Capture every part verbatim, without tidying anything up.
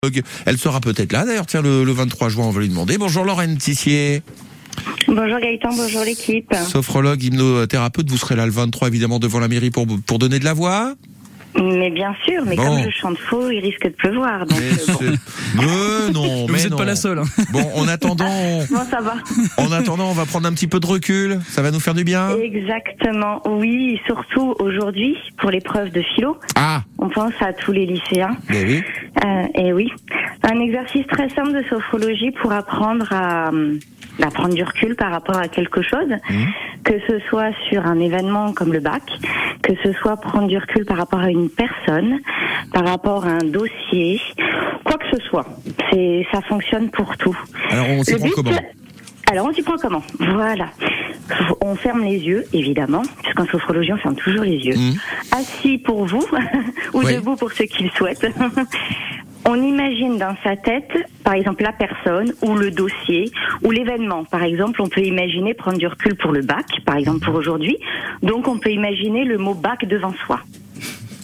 Elle sera peut-être là d'ailleurs, tiens, le, le vingt-trois juin, on va lui demander. Bonjour Lorraine Tissier. Bonjour Gaëtan, bonjour l'équipe. Sophrologue, hypnothérapeute, vous serez là le vingt-trois évidemment devant la mairie pour, pour donner de la voix. Mais bien sûr, mais bon. Comme je chante faux, il risque de pleuvoir. Donc mais, bon. mais non, mais vous n'êtes non. pas la seule. Hein. Bon, en attendant, on... Bon, ça va. En attendant, on va prendre un petit peu de recul. Ça va nous faire du bien. Exactement, oui, surtout aujourd'hui pour l'épreuve de philo. Ah. On pense à tous les lycéens. Mais oui. Euh, et oui, un exercice très simple de sophrologie pour apprendre à, à prendre du recul par rapport à quelque chose, mmh. que ce soit sur un événement comme le bac, que ce soit prendre du recul par rapport à une personne, par rapport à un dossier, quoi que ce soit. C'est, ça fonctionne pour tout. Alors on s'y prend comment ? Alors on s'y prend comment ? Voilà. On ferme les yeux, évidemment, puisqu'en sophrologie on ferme toujours les yeux. Mmh. Assis pour vous, ou oui. debout pour ceux qui le souhaitent. On imagine dans sa tête, par exemple, la personne ou le dossier ou l'événement. Par exemple, on peut imaginer prendre du recul pour le bac, par exemple pour aujourd'hui. Donc, on peut imaginer le mot bac devant soi. D'accord ?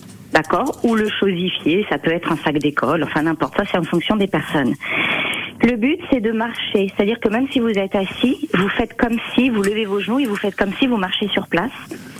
Ou le chosifier, ça peut être un sac d'école, enfin n'importe, ça c'est en fonction des personnes. Le but, c'est de marcher. C'est-à-dire que même si vous êtes assis, vous faites comme si, vous levez vos genoux et vous faites comme si vous marchez sur place.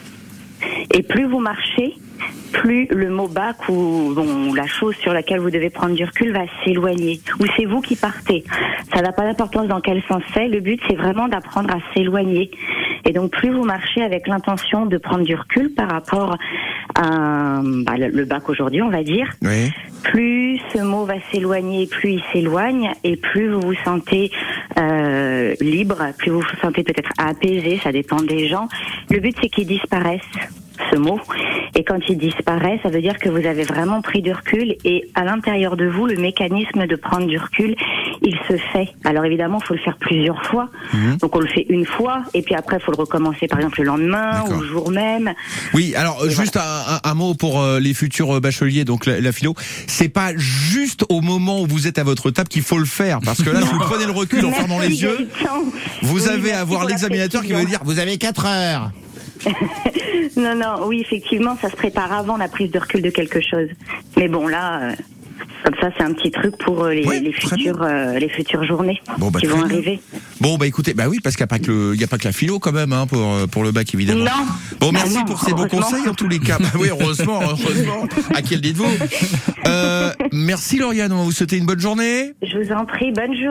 Et plus vous marchez, plus le mot bac ou bon, la chose sur laquelle vous devez prendre du recul va s'éloigner. Ou c'est vous qui partez. Ça n'a pas d'importance dans quel sens c'est. Le but, c'est vraiment d'apprendre à s'éloigner. Et donc, plus vous marchez avec l'intention de prendre du recul par rapport à bah, le, le bac aujourd'hui, on va dire, oui. plus ce mot va s'éloigner, plus il s'éloigne, et plus vous vous sentez euh, libre, plus vous vous sentez peut-être apaisé, ça dépend des gens. Le but, c'est qu'il disparaisse, ce mot. Et quand il disparaît, ça veut dire que vous avez vraiment pris du recul, et à l'intérieur de vous, le mécanisme de prendre du recul, il se fait. Alors évidemment, il faut le faire plusieurs fois. Mmh. Donc on le fait une fois, et puis après, il faut le recommencer, par exemple, le lendemain D'accord. ou le jour même. Oui, alors et juste voilà. un, un, un mot pour euh, les futurs bacheliers, donc la, la philo. C'est pas juste au moment où vous êtes à votre table qu'il faut le faire, parce que là, si vous prenez le recul en fermant les yeux, vous oui, avez à voir l'examinateur qui va vous dire « vous avez quatre heures ». Non, non, oui, effectivement, ça se prépare avant la prise de recul de quelque chose. Mais bon, là, euh, comme ça, c'est un petit truc pour euh, les, ouais, les, futures, euh, les futures journées bon, bah, qui vont arriver. Bon, bah écoutez, bah oui, parce qu'il n'y a pas que le, il y a pas que la philo quand même, hein, pour pour le bac évidemment. Non. Bon, merci bah non, pour ces bons conseils en tous les cas. Bah oui, heureusement, heureusement. À qui le dites-vous ? euh, Merci Lauriane, on va vous souhaiter une bonne journée. Je vous en prie, bonne journée.